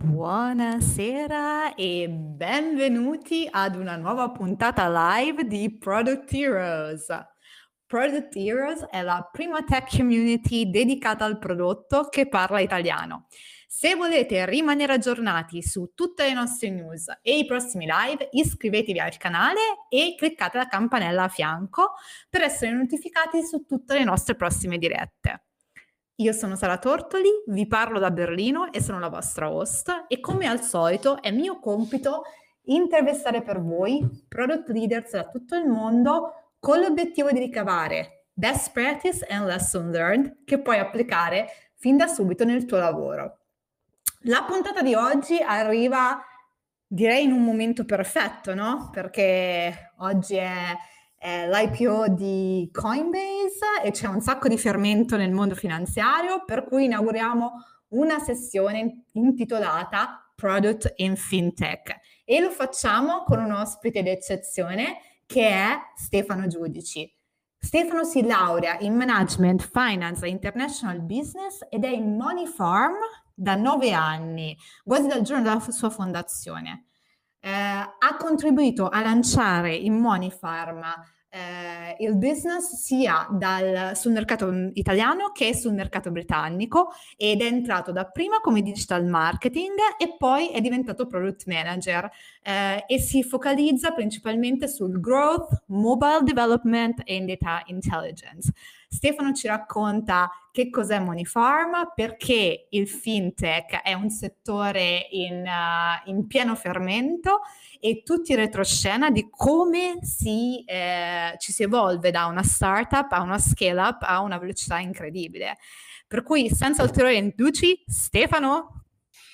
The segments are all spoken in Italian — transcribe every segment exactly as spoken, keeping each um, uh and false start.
Buonasera e benvenuti ad una nuova puntata live di Product Heroes. Product Heroes è la prima tech community dedicata al prodotto che parla italiano. Se volete rimanere aggiornati su tutte le nostre news e i prossimi live, iscrivetevi al canale e cliccate la campanella a fianco per essere notificati su tutte le nostre prossime dirette. Io sono Sara Tortoli, vi parlo da Berlino e sono la vostra host e come al solito è mio compito intervistare per voi product leaders da tutto il mondo con l'obiettivo di ricavare best practice and lesson learned che puoi applicare fin da subito nel tuo lavoro. La puntata di oggi arriva, direi, in un momento perfetto, no? Perché oggi è è l'I P O di Coinbase e c'è un sacco di fermento nel mondo finanziario, per cui inauguriamo una sessione intitolata Product in Fintech e lo facciamo con un ospite d'eccezione che è Stefano Giudici. Stefano si laurea in Management, Finance e International Business ed è in Money Farm da nove anni, quasi dal giorno della sua fondazione. Eh, ha contribuito a lanciare in Money Farm eh, il business sia dal, sul mercato italiano che sul mercato britannico ed è entrato dapprima come digital marketing e poi è diventato product manager eh, e si focalizza principalmente sul growth, mobile development e data intelligence. Stefano ci racconta che cos'è Money Farm, perché il fintech è un settore in, uh, in pieno fermento e tutti i retroscena di come si, eh, ci si evolve da una startup a una scale-up a una velocità incredibile. Per cui, senza ulteriori indugi, Stefano.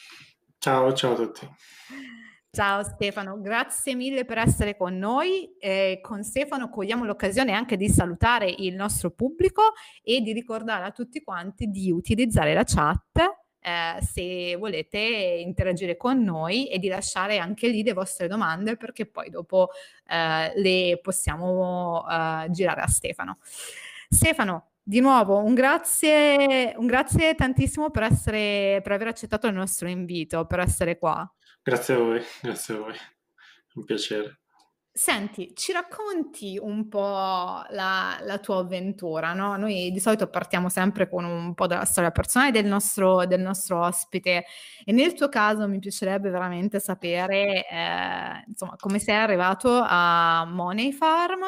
Ciao, ciao a tutti. Ciao Stefano, grazie mille per essere con noi. Eh, con Stefano cogliamo l'occasione anche di salutare il nostro pubblico e di ricordare a tutti quanti di utilizzare la chat eh, se volete interagire con noi e di lasciare anche lì le vostre domande perché poi dopo eh, le possiamo eh, girare a Stefano. Stefano, di nuovo un grazie, un grazie tantissimo per essere, per aver accettato il nostro invito, per essere qua. Grazie a voi, grazie a voi, è un piacere. Senti, ci racconti un po' la, la tua avventura, no? Noi di solito partiamo sempre con un po' della storia personale del nostro, del nostro ospite e nel tuo caso mi piacerebbe veramente sapere eh, insomma, come sei arrivato a Money Farm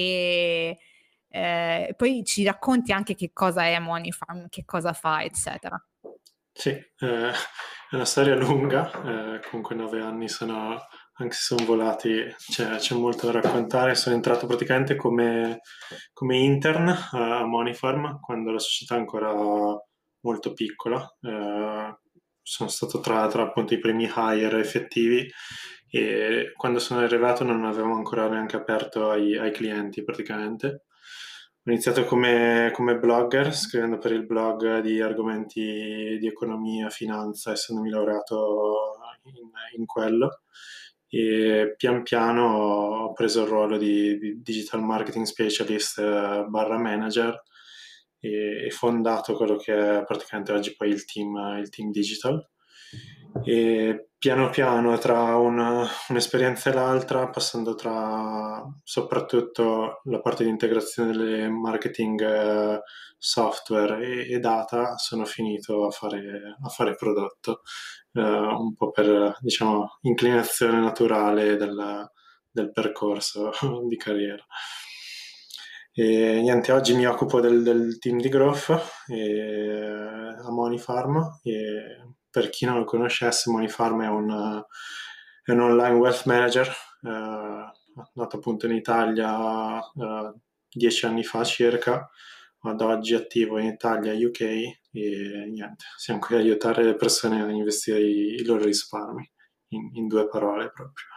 e eh, poi ci racconti anche che cosa è Money Farm, che cosa fa, eccetera. Sì, eh, è una storia lunga, eh, comunque nove anni sono, anche se sono volati, c'è, c'è molto da raccontare. Sono entrato praticamente come, come intern a Money Farm quando la società è ancora molto piccola. Eh, sono stato tra, tra appunto i primi hire effettivi e quando sono arrivato non avevamo ancora neanche aperto ai, ai clienti praticamente. Ho iniziato come, come blogger, scrivendo per il blog di argomenti di economia, finanza, essendomi laureato in, in quello. E pian piano ho preso il ruolo di, di digital marketing specialist eh, barra manager e, e fondato quello che è praticamente oggi poi il team, il team digital. E piano piano tra una, un'esperienza e l'altra, passando tra soprattutto la parte di integrazione delle marketing eh, software e, e data, sono finito a fare, a fare prodotto, eh, un po' per, diciamo, inclinazione naturale del, del percorso di carriera. E niente, oggi mi occupo del, del team di growth e, a Money Farm e per chi non lo conoscesse, Money Farm è un, è un online wealth manager eh, nato appunto in Italia eh, dieci anni fa circa, ad oggi attivo in Italia e U K e niente, siamo qui ad aiutare le persone a investire i, i loro risparmi, in, in due parole proprio.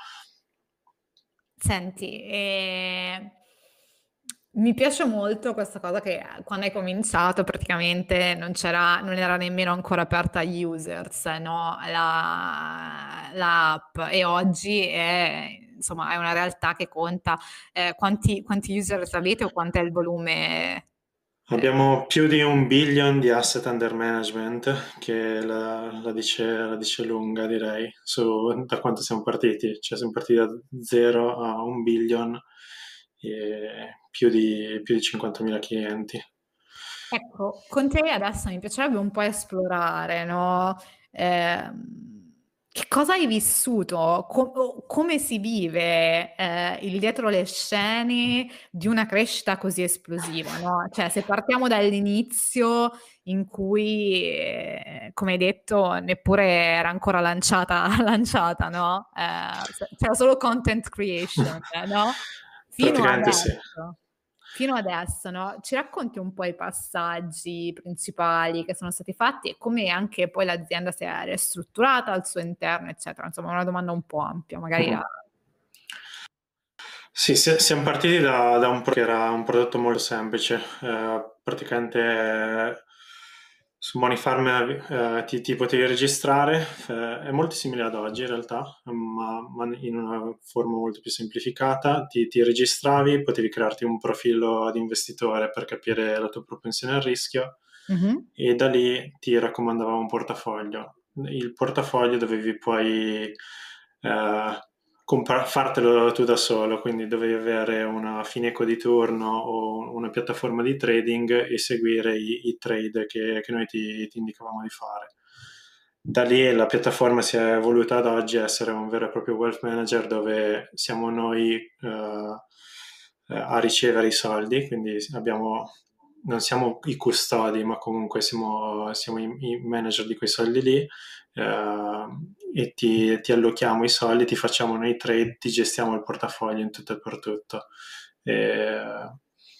Senti, eh, mi piace molto questa cosa che quando hai cominciato praticamente non c'era, non era nemmeno ancora aperta agli users, no? La, l'app e oggi è, insomma, è una realtà che conta. Eh, quanti, quanti users avete o quanto è il volume? Abbiamo più di un billion di asset under management, che la, la dice, la dice lunga, direi, su da quanto siamo partiti. Cioè siamo partiti da zero a un billion e più di, più di cinquantamila clienti. Ecco, con te adesso mi piacerebbe un po' esplorare, no? Ehm, che cosa hai vissuto? Co- o come si vive eh, il dietro le scene di una crescita così esplosiva, no? Cioè, se partiamo dall'inizio in cui, eh, come hai detto, neppure era ancora lanciata, lanciata, no? Eh, c'era solo content creation, eh, no? Fino Praticamente sì. adesso. Fino adesso, no? Ci racconti un po' i passaggi principali che sono stati fatti e come anche poi l'azienda si è ristrutturata al suo interno, eccetera. Insomma, una domanda un po' ampia, magari Mhm. la... Sì, si- siamo partiti da, da un prodotto che era un prodotto molto semplice. Eh, praticamente eh, su Moneyfarm eh, ti, ti potevi registrare, eh, è molto simile ad oggi in realtà, ma, ma in una forma molto più semplificata. Ti, ti registravi, potevi crearti un profilo di investitore per capire la tua propensione al rischio Mhm. e da lì ti raccomandava un portafoglio. Il portafoglio dovevi poi eh, compra- fartelo tu da solo, quindi dovevi avere una Fineco di turno o una piattaforma di trading e seguire i, i trade che, che noi ti, ti indicavamo di fare. Da lì la piattaforma si è evoluta ad oggi essere un vero e proprio wealth manager dove siamo noi eh, a ricevere i soldi, quindi abbiamo, non siamo i custodi, ma comunque siamo, siamo i, i manager di quei soldi lì eh, e ti, ti allochiamo i soldi, ti facciamo noi trade, ti gestiamo il portafoglio in tutto e per tutto. E,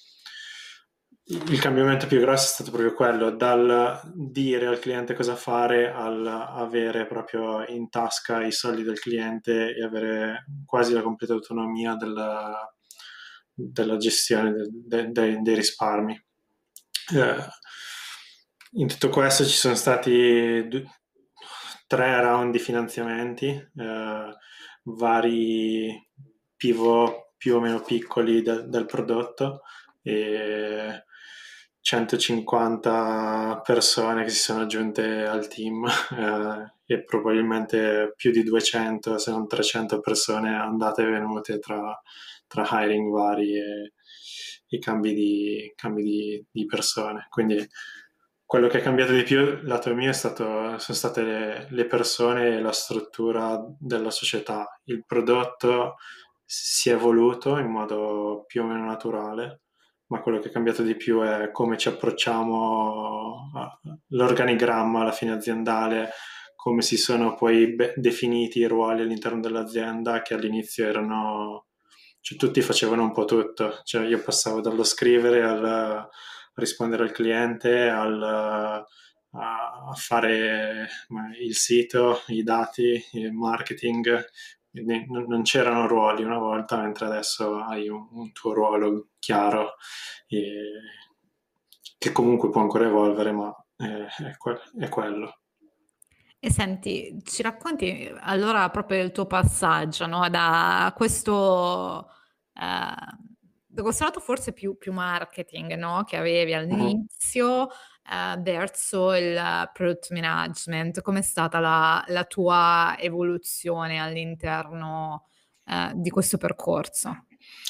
il cambiamento più grosso è stato proprio quello, dal dire al cliente cosa fare al avere proprio in tasca i soldi del cliente e avere quasi la completa autonomia della, della gestione de- de- de- dei risparmi. Eh, in tutto questo ci sono stati du- tre round di finanziamenti, eh, vari pivot più o meno piccoli de- del prodotto e centocinquanta persone che si sono aggiunte al team eh, e probabilmente più di duecento se non trecento persone andate e venute tra, tra hiring vari e, e cambi di, cambi di, di persone. Quindi quello che è cambiato di più lato mio è stato, sono state le, le persone e la struttura della società. Il prodotto si è evoluto in modo più o meno naturale, ma quello che è cambiato di più è come ci approcciamo all'organigramma alla fine aziendale, come si sono poi be- definiti i ruoli all'interno dell'azienda che all'inizio erano, cioè tutti facevano un po' tutto, cioè io passavo dallo scrivere al rispondere al cliente, al, a a fare il sito, i dati, il marketing, quindi non non c'erano ruoli una volta, mentre adesso hai un, un tuo ruolo chiaro e- che comunque può ancora evolvere, ma è, è que- è quello. E senti, ci racconti allora proprio il tuo passaggio, no? Da questo, eh, da questo lato forse più, più marketing, no? Che avevi Mhm. all'inizio, eh, verso il product management. Com'è stata la, la tua evoluzione all'interno, eh, di questo percorso?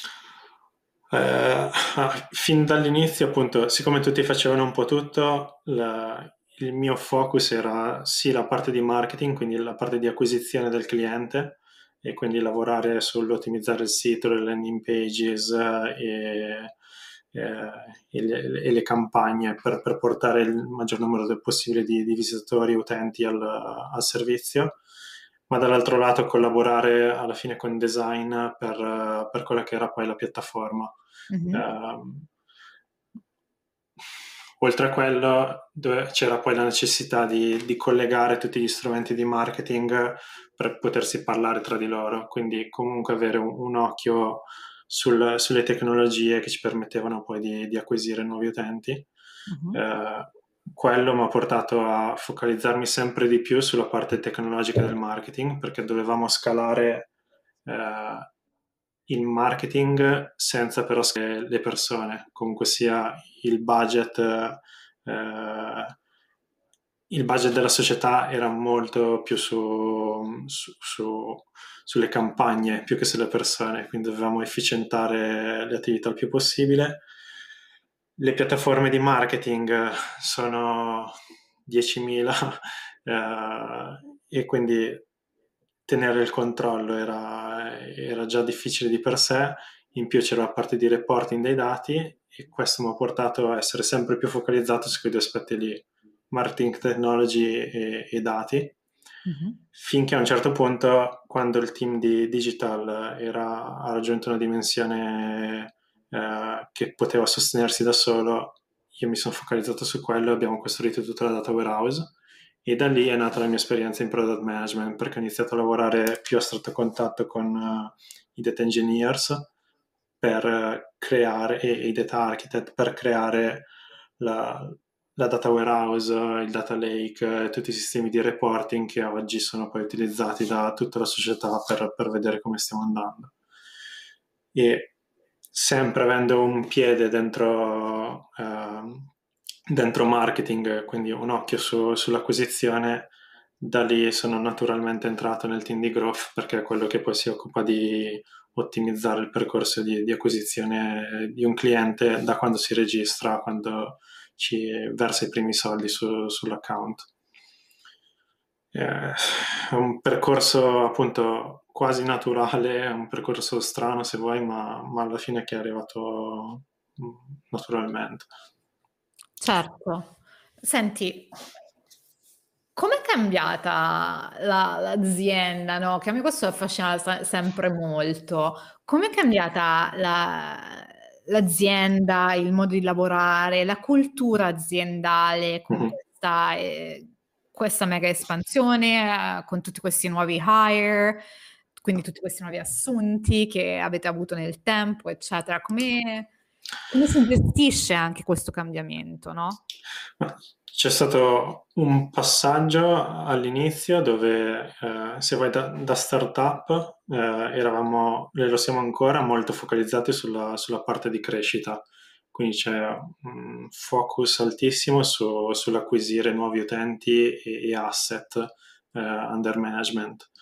Eh, ah, fin dall'inizio, appunto, siccome tutti facevano un po' tutto, la- il mio focus era sì la parte di marketing, quindi la parte di acquisizione del cliente e quindi lavorare sull'ottimizzare il sito, le landing pages eh, e, eh, e le, e le campagne per, per portare il maggior numero possibile di, di visitatori e utenti al, al servizio, ma dall'altro lato collaborare alla fine con design per, per quella che era poi la piattaforma. Mhm. Ehm, Oltre a quello, dove c'era poi la necessità di, di collegare tutti gli strumenti di marketing per potersi parlare tra di loro, quindi comunque avere un, un occhio sul- sulle tecnologie che ci permettevano poi di, di acquisire nuovi utenti. Mhm. Eh, quello mi ha portato a focalizzarmi sempre di più sulla parte tecnologica del marketing perché dovevamo scalare eh, il marketing senza però le persone, comunque sia il budget, eh, il budget della società era molto più su, su, su, sulle campagne più che sulle persone, quindi dovevamo efficientare le attività il più possibile. Le piattaforme di marketing sono diecimila eh, e quindi tenere il controllo era, era già difficile di per sé, in più c'era la parte di reporting dei dati e questo mi ha portato a essere sempre più focalizzato su quei due aspetti lì, marketing technology e, e dati, mm-hmm. finché a un certo punto, quando il team di digital era, ha raggiunto una dimensione eh, che poteva sostenersi da solo, io mi sono focalizzato su quello e abbiamo costruito tutta la data warehouse. E da lì è nata la mia esperienza in product management, perché ho iniziato a lavorare più a stretto contatto con uh, i data engineers per uh, creare, e i data architect per creare la, la data warehouse, il data lake, eh, tutti i sistemi di reporting che oggi sono poi utilizzati da tutta la società per, per vedere come stiamo andando. E sempre avendo un piede dentro... Uh, dentro marketing, quindi un occhio su, sull'acquisizione, da lì sono naturalmente entrato nel team di growth perché è quello che poi si occupa di ottimizzare il percorso di, di acquisizione di un cliente da quando si registra a quando ci versa i primi soldi su, sull'account. È un percorso appunto quasi naturale, è un percorso strano se vuoi, ma, ma alla fine che è arrivato naturalmente. Certo. Senti, com'è cambiata la, l'azienda, no? Che a me questo affascina sa- sempre molto. Com'è cambiata la- l'azienda, il modo di lavorare, la cultura aziendale con Mm-hmm. questa, eh, questa mega espansione, eh, con tutti questi nuovi hire, quindi tutti questi nuovi assunti che avete avuto nel tempo, eccetera. Come, come si gestisce anche questo cambiamento, no? C'è stato un passaggio all'inizio dove, eh, se vuoi, da, da startup eh, eravamo, e lo siamo ancora, molto focalizzati sulla, sulla parte di crescita. Quindi c'è un focus altissimo su, sull'acquisire nuovi utenti e, e asset eh, under management.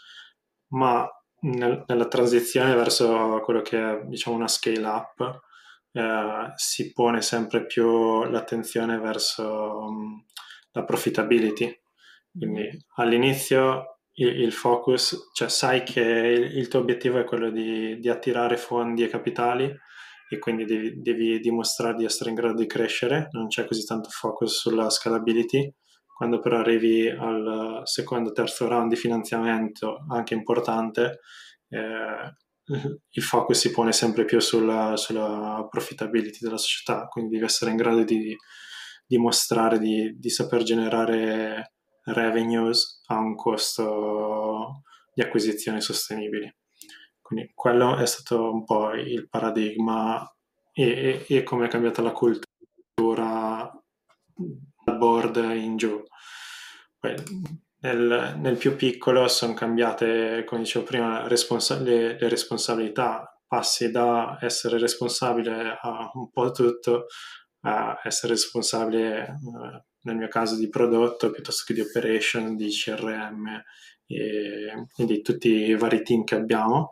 Ma nel, nella transizione verso quello che è, diciamo, una scale up, eh, si pone sempre più l'attenzione verso um, la profitability. Quindi mm-hmm. all'inizio il, il focus, cioè sai che il, il tuo obiettivo è quello di, di attirare fondi e capitali e quindi devi, devi dimostrare di essere in grado di crescere, non c'è così tanto focus sulla scalability. Quando però arrivi al secondo, terzo round di finanziamento, anche importante, eh, il focus si pone sempre più sulla, sulla profitability della società, quindi devi essere in grado di dimostrare di, di saper generare revenues a un costo di acquisizione sostenibili. Quindi quello è stato un po' il paradigma e, e, e come è cambiata la cultura dal board in giù. Poi, nel, nel più piccolo sono cambiate, come dicevo prima, responsa- le, le responsabilità. Passi da essere responsabile a un po' tutto a essere responsabile, eh, nel mio caso, di prodotto piuttosto che di operation, di C R M e, e di tutti i vari team che abbiamo.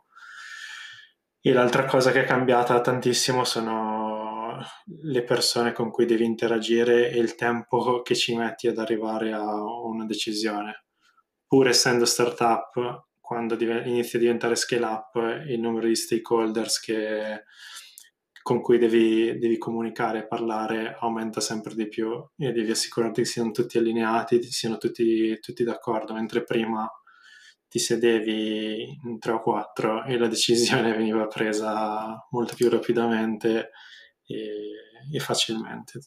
E l'altra cosa che è cambiata tantissimo sono le persone con cui devi interagire e il tempo che ci metti ad arrivare a una decisione. Pur essendo startup, quando div- inizia a diventare scale up, il numero di stakeholders che, con cui devi, devi comunicare e parlare aumenta sempre di più e devi assicurarti che siano tutti allineati, siano tutti, tutti d'accordo, mentre prima ti sedevi in tre o quattro e la decisione veniva presa molto più rapidamente e, e facilmente.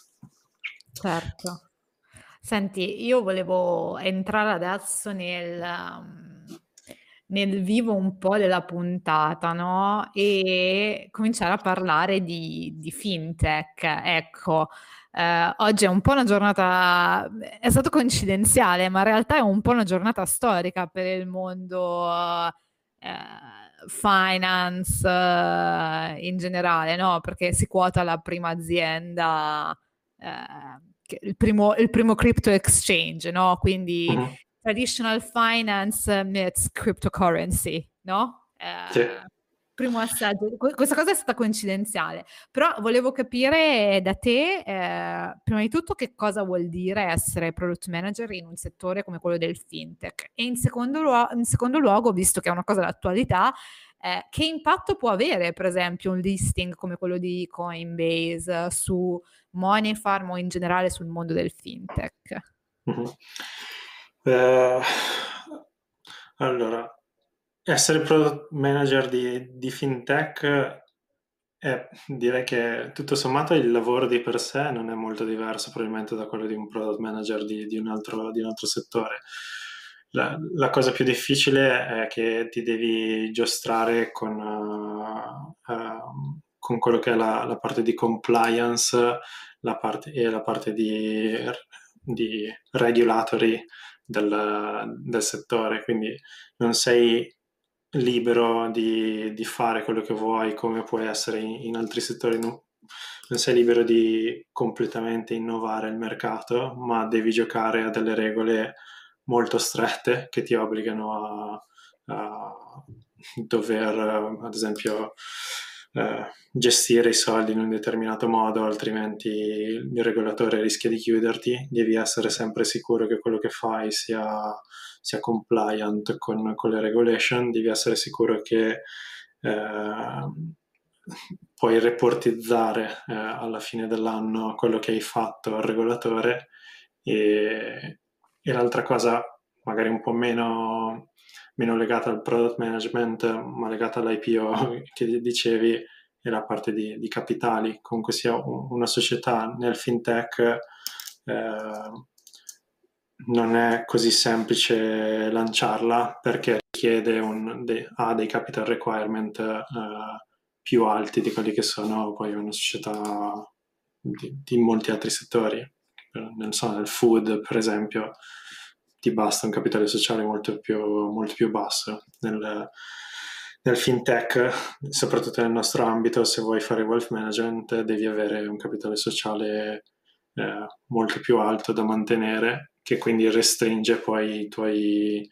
Certo. Senti, io volevo entrare adesso nel, um, nel vivo un po' della puntata, no? E cominciare a parlare di, di fintech. Ecco, eh, oggi è un po' una giornata, è stato coincidenziale, ma in realtà è un po' una giornata storica per il mondo, eh, finance uh, in generale, no? Perché si quota la prima azienda, uh, che, il, primo, il primo crypto exchange, no? Quindi Mhm. traditional finance meets cryptocurrency, no? Uh, Sì. Primo assaggio, questa cosa è stata coincidenziale, però volevo capire da te, eh, prima di tutto, che cosa vuol dire essere product manager in un settore come quello del fintech, e in secondo, luogo, in secondo luogo, visto che è una cosa d'attualità, eh, che impatto può avere, per esempio, un listing come quello di Coinbase su Money Farm o in generale sul mondo del fintech? Mm-hmm. Uh, allora, essere product manager di, di fintech, è, direi che tutto sommato il lavoro di per sé non è molto diverso probabilmente da quello di un product manager di, di, un, altro, di un altro settore. La, la cosa più difficile è che ti devi giostrare con, uh, uh, con quello che è la, la parte di compliance la parte, e la parte di, di regulatory del, del settore, quindi non sei libero di, di fare quello che vuoi come puoi essere in, in altri settori, non, non sei libero di completamente innovare il mercato, ma devi giocare a delle regole molto strette che ti obbligano a, a dover, ad esempio, eh, gestire i soldi in un determinato modo, altrimenti il regolatore rischia di chiuderti. Devi essere sempre sicuro che quello che fai sia, sia compliant con, con le regulation, devi essere sicuro che eh, puoi reportizzare eh, alla fine dell'anno quello che hai fatto al regolatore. E, e l'altra cosa, magari un po' meno, meno legata al product management, ma legata all'I P O che dicevi, è la parte di, di capitali. Comunque sia una società nel fintech, eh, non è così semplice lanciarla perché richiede un, de, ha dei capital requirement eh, più alti di quelli che sono poi una società di, di molti altri settori. Non so, nel food, per esempio, ti basta un capitale sociale molto più, molto più basso. Nel, nel fintech, soprattutto nel nostro ambito, se vuoi fare wealth management, devi avere un capitale sociale eh, molto più alto da mantenere, che quindi restringe poi i tuoi,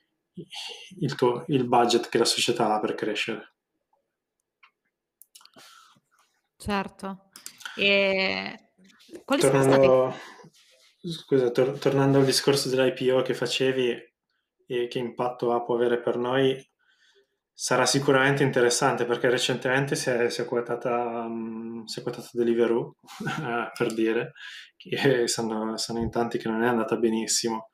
il, tuo, il budget che la società ha per crescere. Certo. E quali sono stati... Tornando, scusa, tor- tornando al discorso dell'I P O che facevi e che impatto ha può avere per noi, sarà sicuramente interessante perché recentemente si è, si è quotata, um, si è quotata Deliveroo, eh, per dire, che sono, sono in tanti che non è andata benissimo.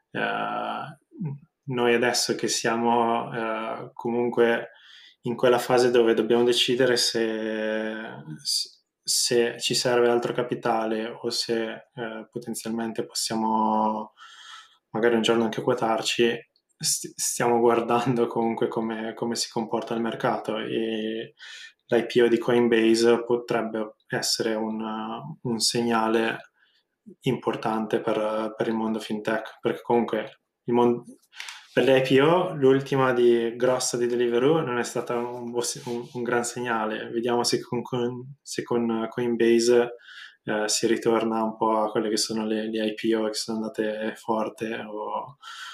Eh, noi adesso che siamo eh, comunque in quella fase dove dobbiamo decidere se, se ci serve altro capitale o se eh, potenzialmente possiamo magari un giorno anche quotarci, st- stiamo guardando comunque come, come si comporta il mercato, e l'I P O di Coinbase potrebbe essere un, un segnale importante per, per il mondo fintech, perché comunque il mondo, per le I P O l'ultima di, grossa di Deliveroo non è stata un, un, un gran segnale. Vediamo se con, con, se con Coinbase eh, si ritorna un po' a quelle che sono le, le I P O che sono andate forte, o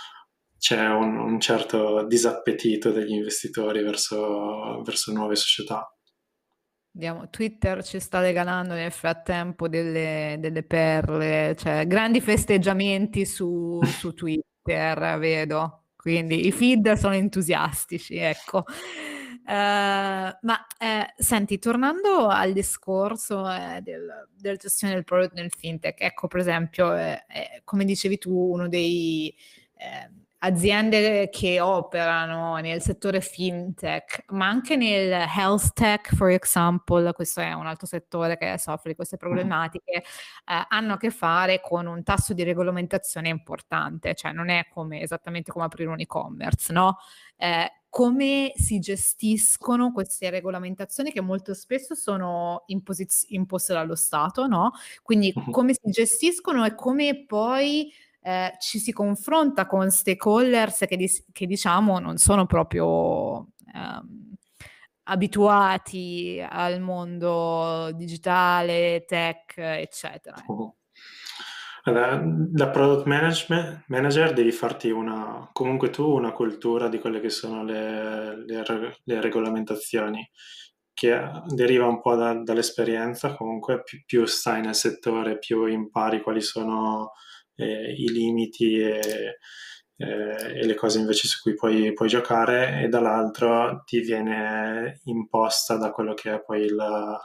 c'è un, un certo disappetito degli investitori verso, verso nuove società. Vediamo, Twitter ci sta regalando nel frattempo delle, delle perle, cioè grandi festeggiamenti su, su Twitter, vedo. Quindi i feed sono entusiastici, ecco. Uh, ma eh, senti, tornando al discorso eh, del, della gestione del prodotto nel fintech, ecco, per esempio, eh, eh, come dicevi tu, uno dei... Eh, aziende che operano nel settore fintech, ma anche nel health tech, for example, questo è un altro settore che soffre di queste problematiche, eh, hanno a che fare con un tasso di regolamentazione importante, cioè non è come, esattamente come aprire un e-commerce, no? Eh, come si gestiscono queste regolamentazioni che molto spesso sono imposiz- imposte dallo Stato, no? Quindi come si gestiscono e come poi eh, ci si confronta con stakeholders che, dis- che diciamo non sono proprio ehm, abituati al mondo digitale, tech, eccetera. Uh-huh. Allora, da product management, manager devi farti una, comunque tu, una cultura di quelle che sono le, le reg- le regolamentazioni, che deriva un po' da- dall'esperienza, comunque più, più stai nel settore, più impari quali sono eh, i limiti e, eh, e le cose invece su cui puoi, puoi giocare, e dall'altro ti viene imposta da quello che è poi il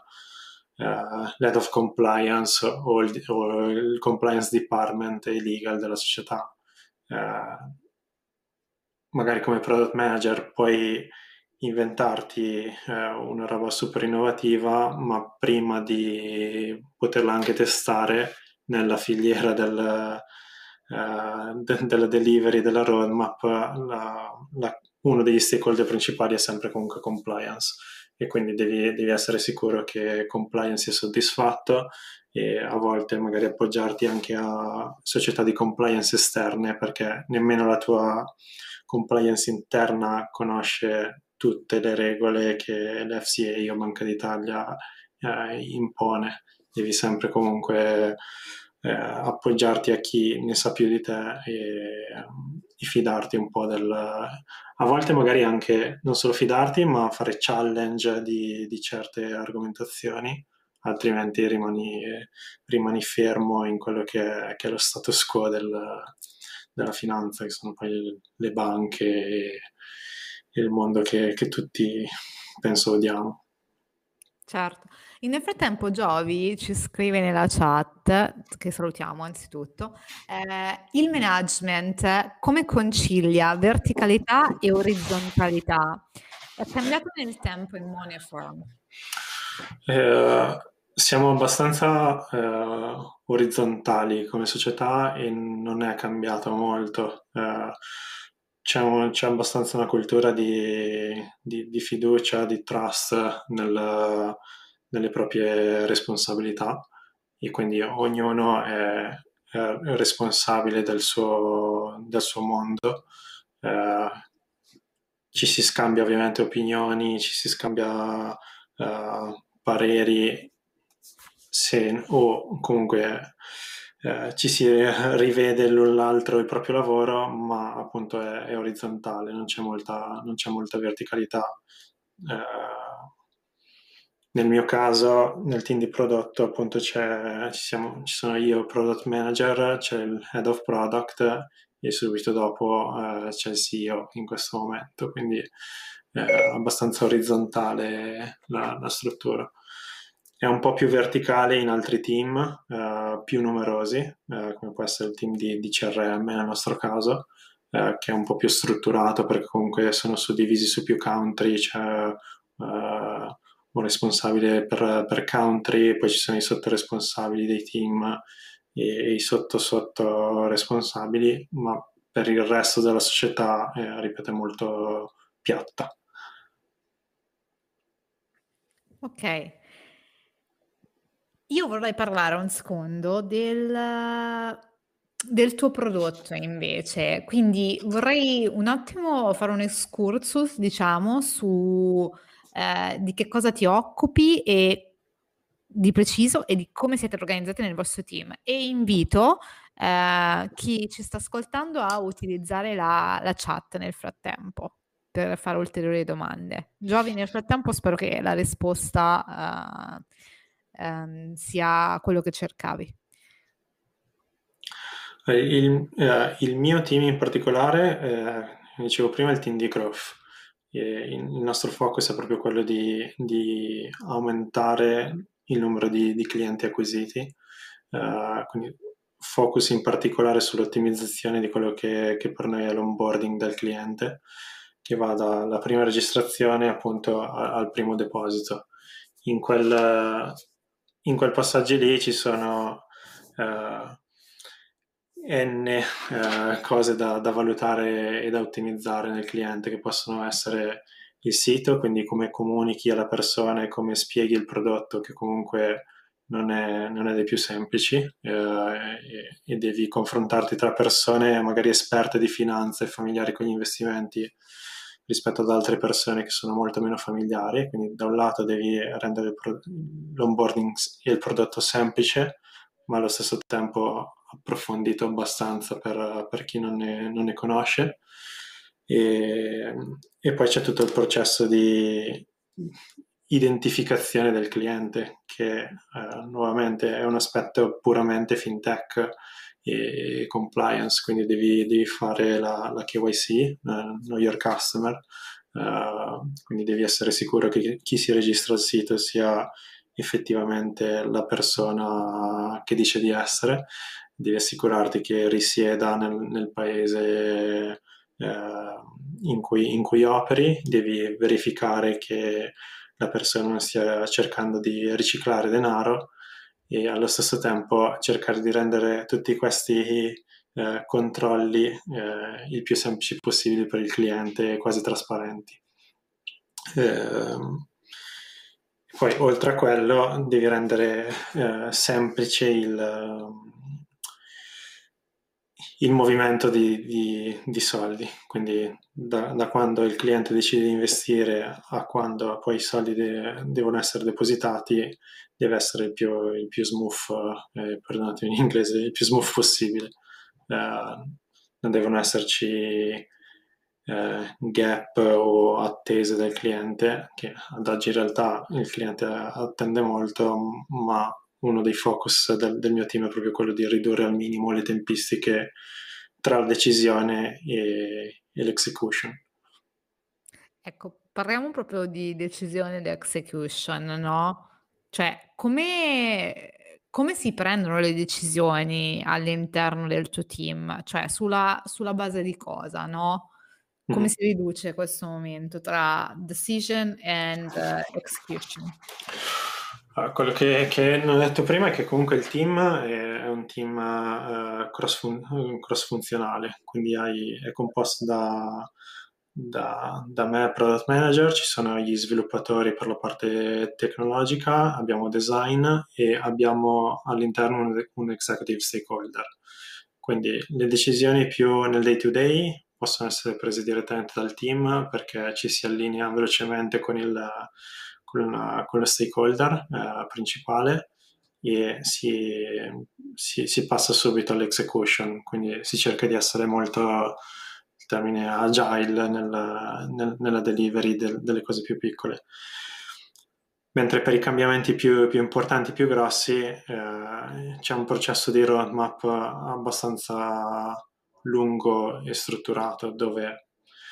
uh, l'head of compliance o il, o il compliance department e legal della società. Uh, magari come product manager puoi inventarti eh, una roba super innovativa, ma prima di poterla anche testare nella filiera del, eh, de- della delivery, della roadmap, la- la- uno degli stakeholder principali è sempre comunque compliance, e quindi devi, devi essere sicuro che compliance sia soddisfatto, e a volte magari appoggiarti anche a società di compliance esterne, perché nemmeno la tua compliance interna conosce tutte le regole che l'F C A o Banca d'Italia eh, impone. Devi sempre comunque eh, appoggiarti a chi ne sa più di te, e, e fidarti un po' del... A volte magari anche non solo fidarti, ma fare challenge di, di certe argomentazioni, altrimenti rimani, rimani fermo in quello che è, che è lo status quo del, della finanza, che sono poi le banche e, e il mondo che, che tutti penso odiamo. Certo. E nel frattempo Giovi ci scrive nella chat, che salutiamo anzitutto, eh, il management come concilia verticalità e orizzontalità? È cambiato nel tempo in Moneyform. Eh, siamo abbastanza eh, orizzontali come società e non è cambiato molto. Eh, c'è, un- c'è abbastanza una cultura di, di- di fiducia, di trust nel- nelle proprie responsabilità, e quindi ognuno è, è responsabile del suo, del suo mondo. Eh, ci si scambia ovviamente opinioni, ci si scambia eh, pareri, se, o comunque eh, ci si rivede l'un l'altro il proprio lavoro, ma appunto è, è orizzontale, non c'è molta, non c'è molta verticalità. Eh, nel mio caso, nel team di prodotto, appunto, c'è, ci, siamo, ci sono io, product manager, c'è il head of product, e subito dopo eh, c'è il C E O in questo momento, quindi è abbastanza orizzontale la, la struttura. È un po' più verticale in altri team, eh, più numerosi, eh, come può essere il team di, di C R M nel nostro caso, eh, che è un po' più strutturato perché comunque sono suddivisi su più country, c'è eh, un responsabile per, per country, poi ci sono i sottoresponsabili dei team e, e i sotto sotto responsabili, ma per il resto della società, eh, ripeto, è molto piatta. Ok. Io vorrei parlare un secondo del, del tuo prodotto invece, quindi vorrei un attimo fare un excursus, diciamo, su eh, di che cosa ti occupi e di preciso e di come siete organizzati nel vostro team. E invito eh, chi ci sta ascoltando a utilizzare la, la chat nel frattempo per fare ulteriori domande. Giovi, nel frattempo spero che la risposta eh, ehm, sia quello che cercavi. Eh, Il, eh, il mio team in particolare, eh, come dicevo prima, è il team di growth. E il il nostro focus è proprio quello di, di aumentare il numero di, di clienti acquisiti, eh, quindi focus in particolare sull'ottimizzazione di quello che, che per noi è l'onboarding del cliente, che va dalla prima registrazione appunto a- al primo deposito. In quel, in quel passaggio lì ci sono eh, N eh, cose da, da valutare e da ottimizzare nel cliente, che possono essere il sito, quindi come comunichi alla persona e come spieghi il prodotto, che comunque non è, non è dei più semplici, eh, e, e devi confrontarti tra persone magari esperte di finanza e familiari con gli investimenti, rispetto ad altre persone che sono molto meno familiari, quindi da un lato devi rendere il pro- l'onboarding e il prodotto semplice, ma allo stesso tempo approfondito abbastanza per, per chi non ne, non ne conosce. E, e poi c'è tutto il processo di identificazione del cliente, che eh, nuovamente è un aspetto puramente fintech e compliance, quindi devi, devi fare la, la K Y C, eh, Know Your Customer, eh, quindi devi essere sicuro che chi si registra al sito sia effettivamente la persona che dice di essere, devi assicurarti che risieda nel, nel paese eh, in cui, in cui operi, devi verificare che la persona non stia cercando di riciclare denaro e allo stesso tempo cercare di rendere tutti questi eh, controlli eh, il più semplici possibili per il cliente e quasi trasparenti. Eh, poi oltre a quello devi rendere eh, semplice il, il movimento di, di, di soldi, quindi da, da quando il cliente decide di investire a quando poi i soldi de- devono essere depositati, deve essere il più, il più smooth, eh, perdonatemi in inglese, il più smooth possibile. Eh, non devono esserci eh, gap o attese del cliente, che ad oggi in realtà il cliente attende molto, ma uno dei focus del, del mio team è proprio quello di ridurre al minimo le tempistiche tra la decisione e, e l'execution. Ecco, parliamo proprio di decisione ed execution, no? Cioè, come, come si prendono le decisioni all'interno del tuo team? Cioè, sulla, sulla base di cosa, no? Come Mm. si riduce questo momento tra decision and eh, execution? Ah, quello che, che non ho detto prima è che comunque il team è, è un team eh, cross-fun- cross-funzionale, quindi hai- è composto da, da, da me, product manager, ci sono gli sviluppatori per la parte tecnologica, abbiamo design e abbiamo all'interno un, un executive stakeholder. Quindi le decisioni più nel day to day possono essere prese direttamente dal team perché ci si allinea velocemente con il con, la, con lo stakeholder eh, principale e si, si, si passa subito all'execution, quindi si cerca di essere molto, il termine agile nel, nel, nella delivery del, delle cose più piccole. Mentre per i cambiamenti più, più importanti, più grossi, eh, c'è un processo di roadmap abbastanza lungo e strutturato dove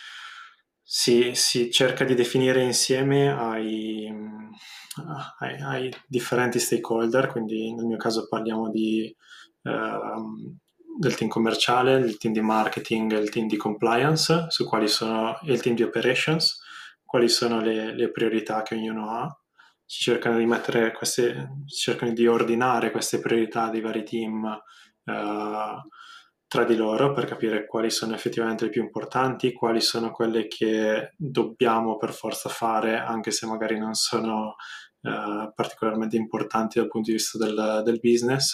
si, si cerca di definire insieme ai, ai, ai differenti stakeholder, quindi nel mio caso parliamo di, ehm, del team commerciale, del team di marketing e il team di compliance, su quali sono, e il team di operations, quali sono le, le priorità che ognuno ha. Si cercano di mettere queste, si cercano di ordinare queste priorità dei vari team eh, tra di loro per capire quali sono effettivamente le più importanti, quali sono quelle che dobbiamo per forza fare, anche se magari non sono eh, particolarmente importanti dal punto di vista del, del business.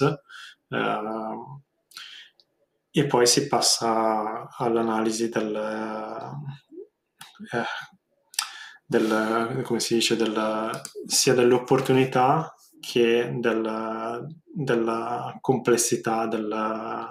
Eh, e poi si passa all'analisi del, eh, del, come si dice, del, sia dell'opportunità che del, della complessità della,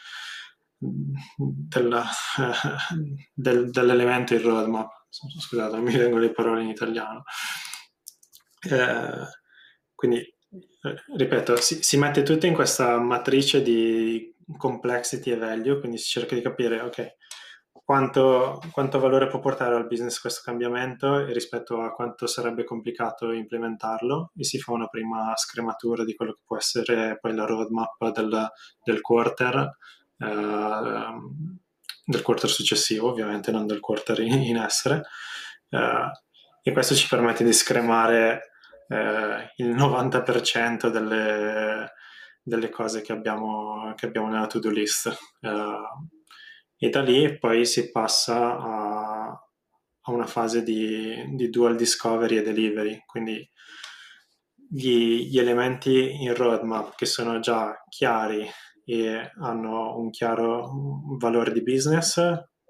della, del, dell'elemento in roadmap. Scusate, non mi vengono le parole in italiano. Eh, quindi, eh, ripeto, si, si mette tutto in questa matrice di complexity e value, quindi si cerca di capire, ok, quanto, quanto valore può portare al business questo cambiamento e rispetto a quanto sarebbe complicato implementarlo e si fa una prima scrematura di quello che può essere poi la roadmap del, del quarter, eh, del quarter successivo, ovviamente non del quarter in, in essere, eh, e questo ci permette di scremare eh, il novanta per cento delle, delle cose che abbiamo, che abbiamo nella to-do list. Uh, e da lì poi si passa a, a una fase di, di dual discovery e delivery, quindi gli, gli elementi in roadmap che sono già chiari e hanno un chiaro valore di business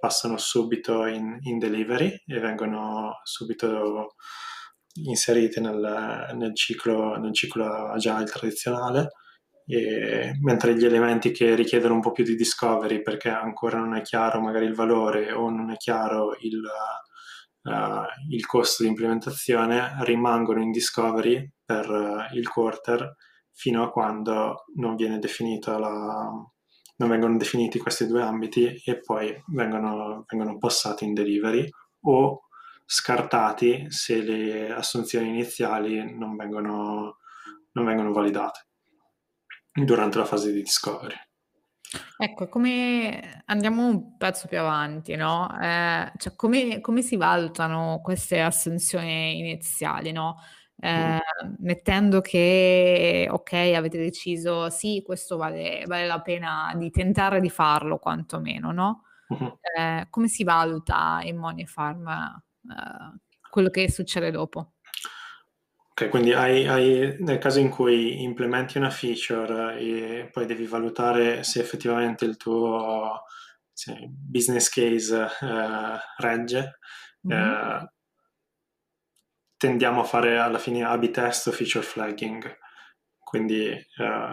passano subito in, in delivery e vengono subito inserite nel, nel ciclo, nel ciclo agile tradizionale, e, mentre gli elementi che richiedono un po' più di discovery perché ancora non è chiaro magari il valore o non è chiaro il, uh, il costo di implementazione rimangono in discovery per uh, il quarter fino a quando non viene definita la, non vengono definiti questi due ambiti e poi vengono, vengono passati in delivery o scartati se le assunzioni iniziali non vengono, non vengono validate durante la fase di discovery. Ecco, come andiamo un pezzo più avanti, no? Eh, cioè come, come si valutano queste assunzioni iniziali, no? Eh, Mm. mettendo che, ok, avete deciso, sì, questo vale, vale la pena di tentare di farlo quantomeno, no? Mm-hmm. Eh, come si valuta in Money Farm eh, quello che succede dopo? Ok, quindi hai, hai- nel caso in cui implementi una feature e poi devi valutare se effettivamente il tuo sì, business case eh, regge, Mhm. eh, tendiamo a fare alla fine A/B test o feature flagging. Quindi eh,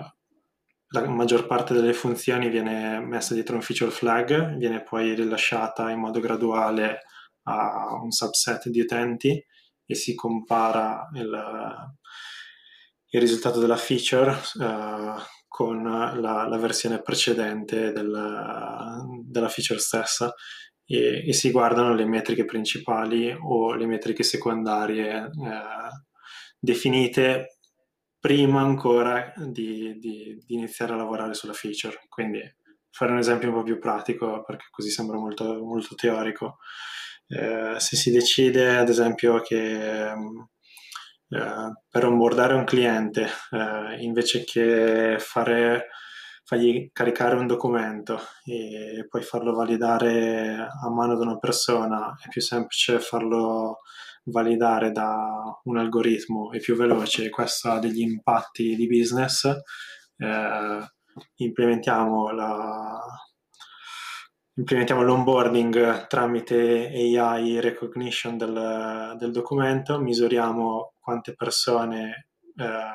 la maggior parte delle funzioni viene messa dietro un feature flag, viene poi rilasciata in modo graduale a un subset di utenti e si compara il, il risultato della feature uh, con la, la, versione precedente del, della feature stessa e, e, si guardano le metriche principali o le metriche secondarie eh, definite prima ancora di, di, di iniziare a lavorare sulla feature. Quindi fare un esempio un po' più pratico perché così sembra molto, molto teorico. Eh, se si decide ad esempio che eh, per onboardare un cliente eh, invece che fare, fargli caricare un documento e poi farlo validare a mano da una persona, è più semplice farlo validare da un algoritmo e più veloce, questo ha degli impatti di business. Eh, implementiamo la implementiamo l'onboarding tramite A I recognition del, del documento, misuriamo quante persone, eh,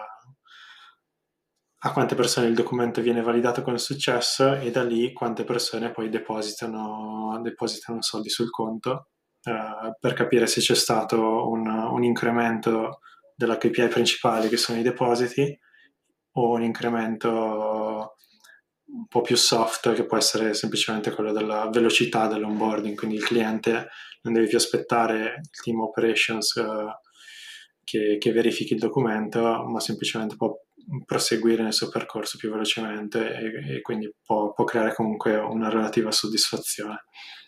a quante persone il documento viene validato con successo e da lì quante persone poi depositano, depositano soldi sul conto eh, per capire se c'è stato un, un incremento della K P I principale che sono i depositi o un incremento un po' più soft che può essere semplicemente quello della velocità dell'onboarding, quindi il cliente non deve più aspettare il team operations uh, che, che verifichi il documento, ma semplicemente può proseguire nel suo percorso più velocemente e, e quindi può, può creare comunque una relativa soddisfazione.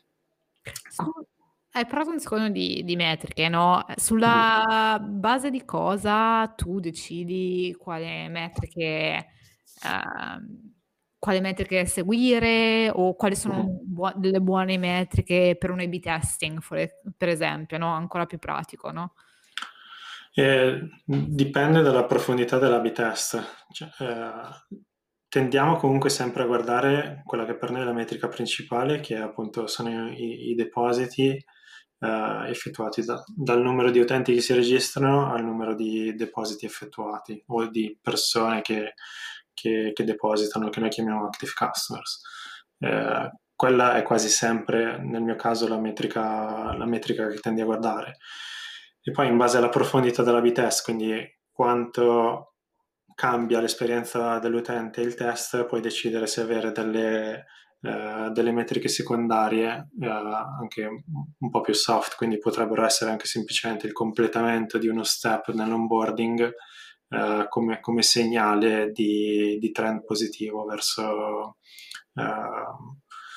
Hai parlato un secondo di, di metriche, no? Sulla base di cosa tu decidi quale metriche, ehm, quale metriche seguire o quali sono Mm-hmm. buo- delle buone metriche per un A B testing, for- per esempio, no? Ancora più pratico, no? Eh, dipende dalla profondità dell'A B test. Cioè, eh, tendiamo comunque sempre a guardare quella che per noi è la metrica principale, che appunto sono i, i depositi eh, effettuati da, dal numero di utenti che si registrano al numero di depositi effettuati o di persone che, che, che depositano, che noi chiamiamo active customers. Eh, quella è quasi sempre, nel mio caso, la metrica, la metrica che tendi a guardare. E poi in base alla profondità della B test, quindi quanto cambia l'esperienza dell'utente e il test, puoi decidere se avere delle, eh, delle metriche secondarie eh, anche un po' più soft, quindi potrebbero essere anche semplicemente il completamento di uno step nell'onboarding eh, come, come segnale di, di trend positivo verso, eh,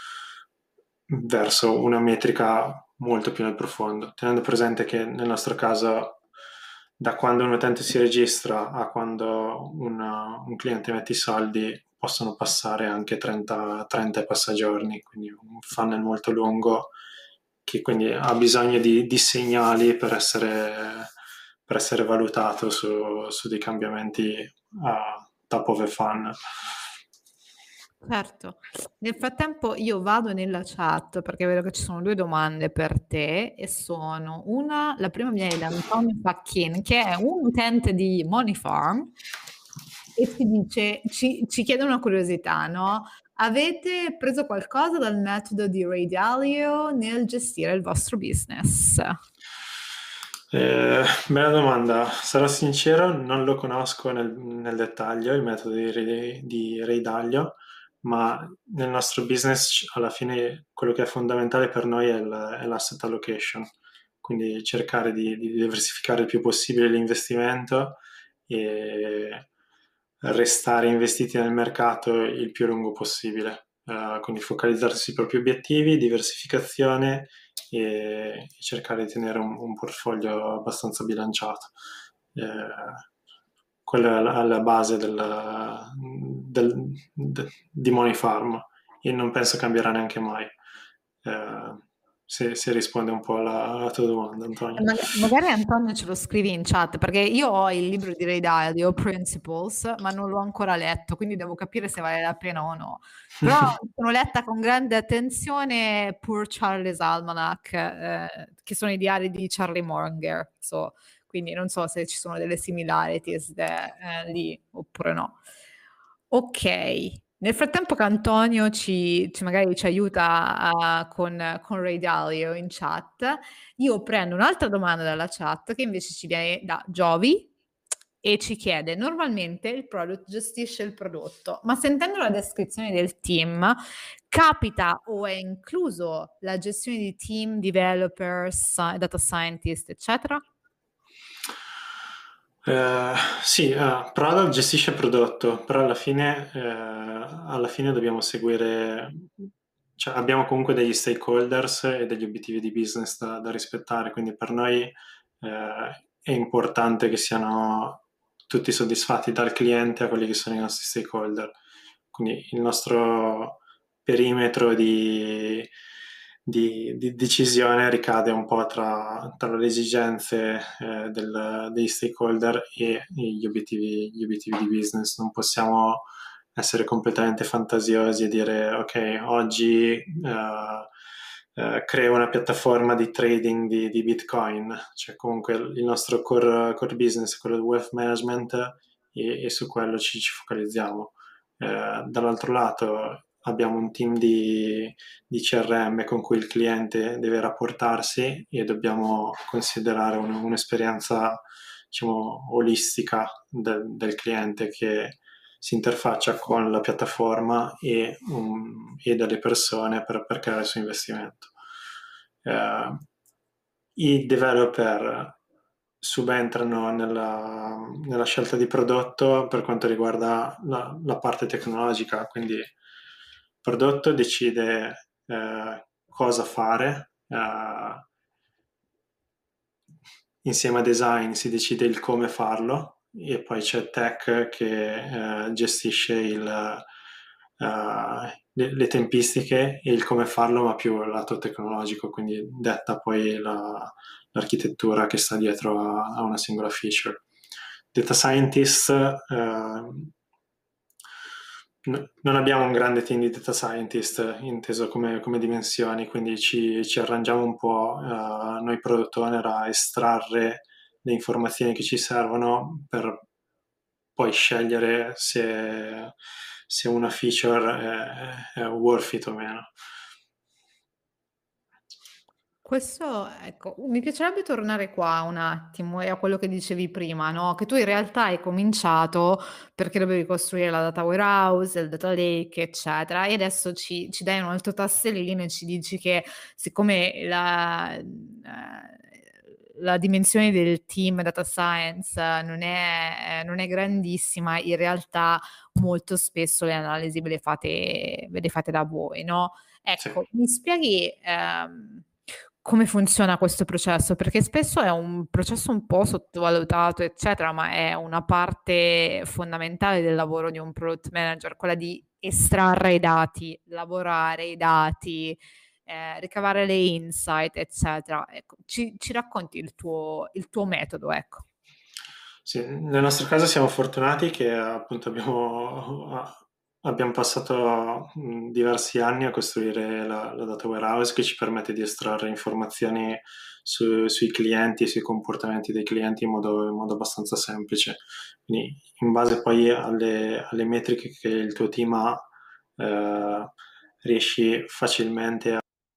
verso una metrica molto più nel profondo, tenendo presente che nel nostro caso da quando un utente si registra a quando una, un cliente mette i soldi possono passare anche trenta, trenta passagiorni, quindi un funnel molto lungo che quindi ha bisogno di, di segnali per essere, per essere valutato su, su dei cambiamenti a top of a funnel. Certo. Nel frattempo io vado nella chat perché vedo che ci sono due domande per te e sono una, la prima viene da Antonio Facchin che è un utente di Money Farm e ci dice, ci, ci chiede una curiosità, no? Avete preso qualcosa dal metodo di Ray Dalio nel gestire il vostro business? Eh, bella domanda. Sarò sincero, non lo conosco nel, nel dettaglio il metodo di, Ray- di Ray Dalio, ma nel nostro business alla fine quello che è fondamentale per noi è, il- è l'asset allocation, quindi cercare di, di diversificare il più possibile l'investimento e restare investiti nel mercato il più lungo possibile. Eh, quindi focalizzarsi sui propri obiettivi, diversificazione e, e cercare di tenere un, un portfolio abbastanza bilanciato. Eh, quella è alla, alla base del, del- de- di Money Farm e non penso cambierà neanche mai. Eh, se, se risponde un po' alla, alla tua domanda, E Antonio. maga- Magari Antonio ce lo scrivi in chat perché io ho il libro di Ray Dalio, Principles, ma non l'ho ancora letto, quindi devo capire se vale la pena o no. Però sono letta con grande attenzione Poor Charlie's Almanac, eh, che sono i diari di Charlie Munger, so, quindi non so se ci sono delle similarities de- eh, lì oppure no. Ok, nel frattempo che Antonio ci, ci magari ci aiuta a- con, con Ray Dalio in chat, io prendo un'altra domanda dalla chat che invece ci viene da Giovi e ci chiede: normalmente il product gestisce il prodotto, ma sentendo la descrizione del team, capita o è incluso la gestione di team, developers, data scientist, eccetera? Eh, sì, eh, Product gestisce il prodotto, però alla fine, eh, alla fine dobbiamo seguire, cioè abbiamo comunque degli stakeholders e degli obiettivi di business da, da rispettare, quindi per noi eh, è importante che siano tutti soddisfatti dal cliente a quelli che sono i nostri stakeholder. Quindi il nostro perimetro di, di- di decisione ricade un po' tra, tra le esigenze eh, del- degli stakeholder e gli obiettivi, gli obiettivi di business. Non possiamo essere completamente fantasiosi e dire ok, oggi eh, eh, creo una piattaforma di trading di, di Bitcoin, cioè comunque il nostro core, core business è quello del wealth management e, e su quello ci, ci focalizziamo. Eh, dall'altro lato abbiamo un team di, di C R M con cui il cliente deve rapportarsi e dobbiamo considerare un- un'esperienza, diciamo, olistica del, del cliente che si interfaccia con la piattaforma e, um, e delle persone per, per creare il suo investimento. Eh, I developer subentrano nella, nella scelta di prodotto per quanto riguarda la, la parte tecnologica, quindi il prodotto decide eh, cosa fare, eh, insieme a design si decide il come farlo e poi c'è tech che eh, gestisce il, eh, le, le tempistiche e il come farlo, ma più lato tecnologico, quindi detta poi la- l'architettura che sta dietro a, a una singola feature. Data scientist, eh, no- non abbiamo un grande team di data scientist inteso come, come dimensioni, quindi ci, ci arrangiamo un po' eh, noi product owner a estrarre le informazioni che ci servono per poi scegliere se, se una feature è, è worth it o meno. Questo, ecco, mi piacerebbe tornare qua un attimo e a quello che dicevi prima, no? Che tu in realtà hai cominciato perché dovevi costruire la data warehouse, il data lake, eccetera, e adesso ci, ci dai un altro tassellino e ci dici che siccome la, eh, la dimensione del team data science eh, non è, eh, non è grandissima, in realtà molto spesso le analisi ve le fate, ve le fate da voi, no? Sì. Ecco, mi spieghi ehm, come funziona questo processo? Perché spesso è un processo un po' sottovalutato, eccetera, ma è una parte fondamentale del lavoro di un product manager, quella di estrarre i dati, lavorare i dati, eh, ricavare le insight, eccetera. Ecco, ci, ci racconti il tuo, il tuo metodo, ecco. Sì, nel nostro caso siamo fortunati che appunto abbiamo abbiamo passato mh, diversi anni a costruire la, la data warehouse che ci permette di estrarre informazioni su- sui clienti e sui comportamenti dei clienti in modo, in modo abbastanza semplice. Quindi, in base poi alle, alle metriche che il tuo team ha, eh, riesci facilmente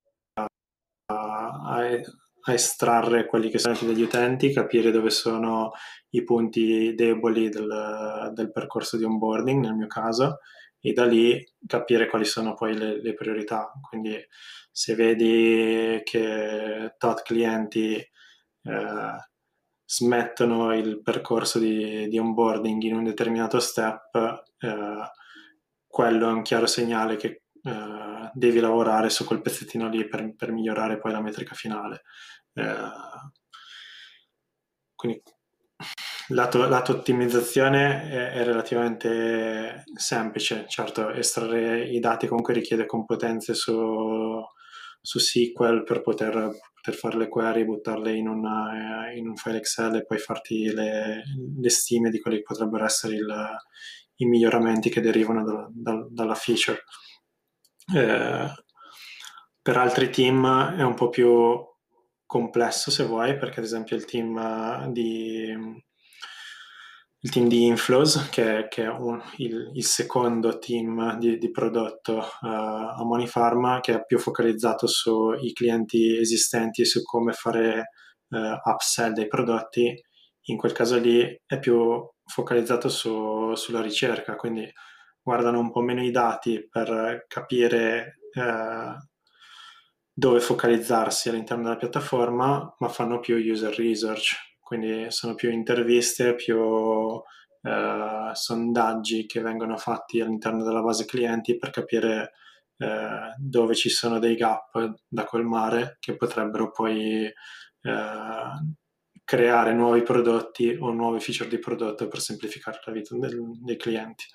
a, a estrarre quelli che sono i dati degli utenti, capire dove sono i punti deboli del, del percorso di onboarding, nel mio caso, e da lì capire quali sono poi le, le priorità. Quindi se vedi che tot clienti eh, smettono il percorso di, di onboarding in un determinato step, eh, quello è un chiaro segnale che eh, devi lavorare su quel pezzettino lì per, per migliorare poi la metrica finale. Eh, quindi lato, lato ottimizzazione è, è relativamente semplice, certo estrarre i dati comunque richiede competenze su, su S Q L per poter, poter fare le query, buttarle in, una, in un file Excel e poi farti le, le stime di quelli che potrebbero essere il, i miglioramenti che derivano da, da, dalla feature. Eh, per altri team è un po' più complesso se vuoi, perché ad esempio il team eh, di, il team di Inflows, che, che è un- il, il secondo team di, di prodotto eh, a Moneyfarm, che è più focalizzato sui clienti esistenti e su come fare eh, upsell dei prodotti. In quel caso lì è più focalizzato su- sulla ricerca, quindi guardano un po' meno i dati per capire eh, dove focalizzarsi all'interno della piattaforma, ma fanno più user research, quindi sono più interviste, più eh, sondaggi che vengono fatti all'interno della base clienti per capire eh, dove ci sono dei gap da colmare che potrebbero poi eh, creare nuovi prodotti o nuovi feature di prodotto per semplificare la vita del- dei clienti.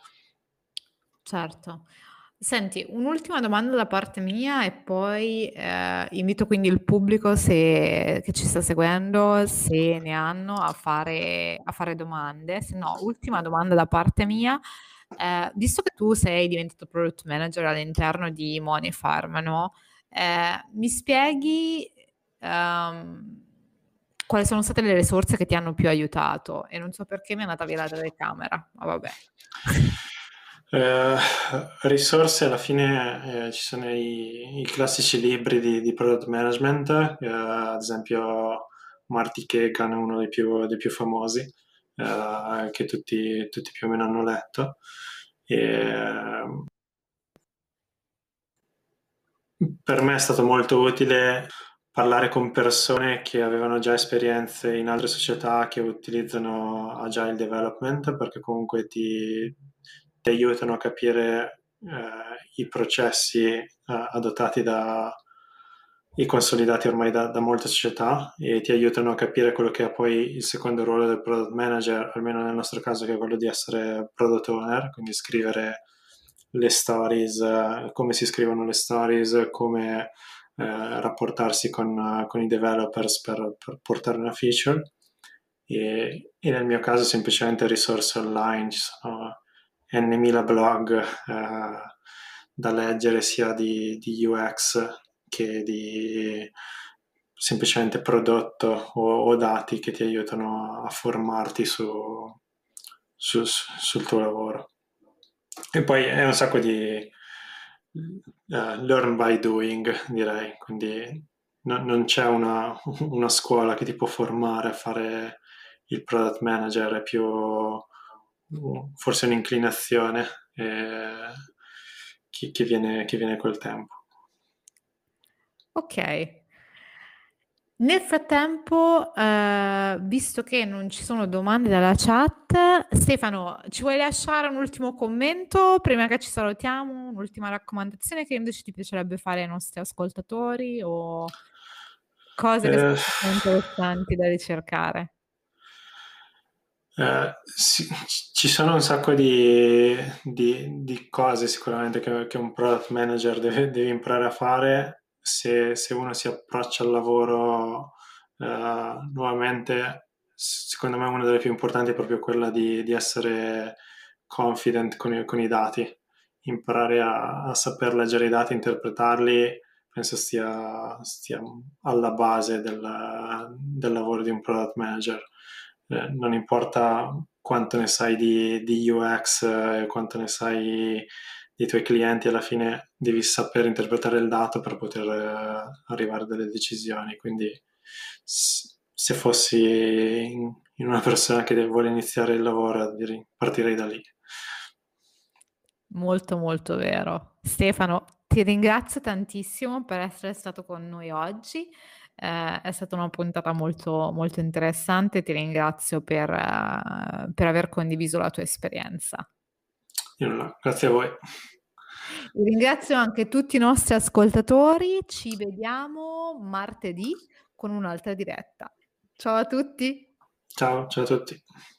Certo. Senti, un'ultima domanda da parte mia e poi eh, invito quindi il pubblico se- che ci sta seguendo, se ne hanno, a fare, a fare domande. Se no, ultima domanda da parte mia. Eh, visto che tu sei diventato product manager all'interno di Money Farm, no? Eh, mi spieghi ehm, quali sono state le risorse che ti hanno più aiutato? E non so perché mi è andata via la telecamera, ma vabbè. Eh, risorse alla fine eh, ci sono i, i classici libri di, di product management, eh, ad esempio Marty Kagan è uno dei più, dei più famosi, eh, che tutti, tutti più o meno hanno letto. E, per me è stato molto utile parlare con persone che avevano già esperienze in altre società che utilizzano Agile Development, perché comunque ti, ti aiutano a capire eh, i processi eh, adottati da i consolidati ormai da, da molte società e ti aiutano a capire quello che è poi il secondo ruolo del product manager, almeno nel nostro caso, che è quello di essere product owner, quindi scrivere le stories, eh, come si scrivono le stories, come eh, rapportarsi con, con i developers per, per portare una feature. E, e nel mio caso semplicemente risorse online, ci sono n mila blog eh, da leggere sia di, di U X che di semplicemente prodotto o, o dati che ti aiutano a formarti su, su- su- sul tuo lavoro. E poi è un sacco di eh, learn by doing, direi, quindi no- non c'è una, una scuola che ti può formare a fare il product manager, è più uh, forse un'inclinazione eh, che, che viene, che viene col tempo. Ok. Nel frattempo, eh, visto che non ci sono domande dalla chat, Stefano, ci vuoi lasciare un ultimo commento prima che ci salutiamo? Un'ultima raccomandazione che invece ti piacerebbe fare ai nostri ascoltatori o cose che Eh, secondo te sono interessanti da ricercare? Eh, sì, ci sono un sacco di, di- di cose sicuramente che, che un product manager deve, deve imparare a fare se, se uno si approccia al lavoro eh, nuovamente. Secondo me una delle più importanti è proprio quella di, di essere confident con i, con i dati imparare a, a saper leggere i dati, interpretarli, penso stia, stia alla base del, del lavoro di un product manager. Eh, non importa quanto ne sai di, di U X, eh, quanto ne sai dei tuoi clienti, alla fine devi saper interpretare il dato per poter eh, arrivare a delle decisioni. Quindi s- se fossi in, in una persona che vuole iniziare il lavoro, direi- partirei da lì. Molto molto vero. Stefano, ti ringrazio tantissimo per essere stato con noi oggi. Eh, è stata una puntata molto, molto interessante. Ti ringrazio per, eh, per aver condiviso la tua esperienza. Io nulla, grazie a voi. Ringrazio anche tutti i nostri ascoltatori. Ci vediamo martedì con un'altra diretta. Ciao a tutti. Ciao, ciao a tutti.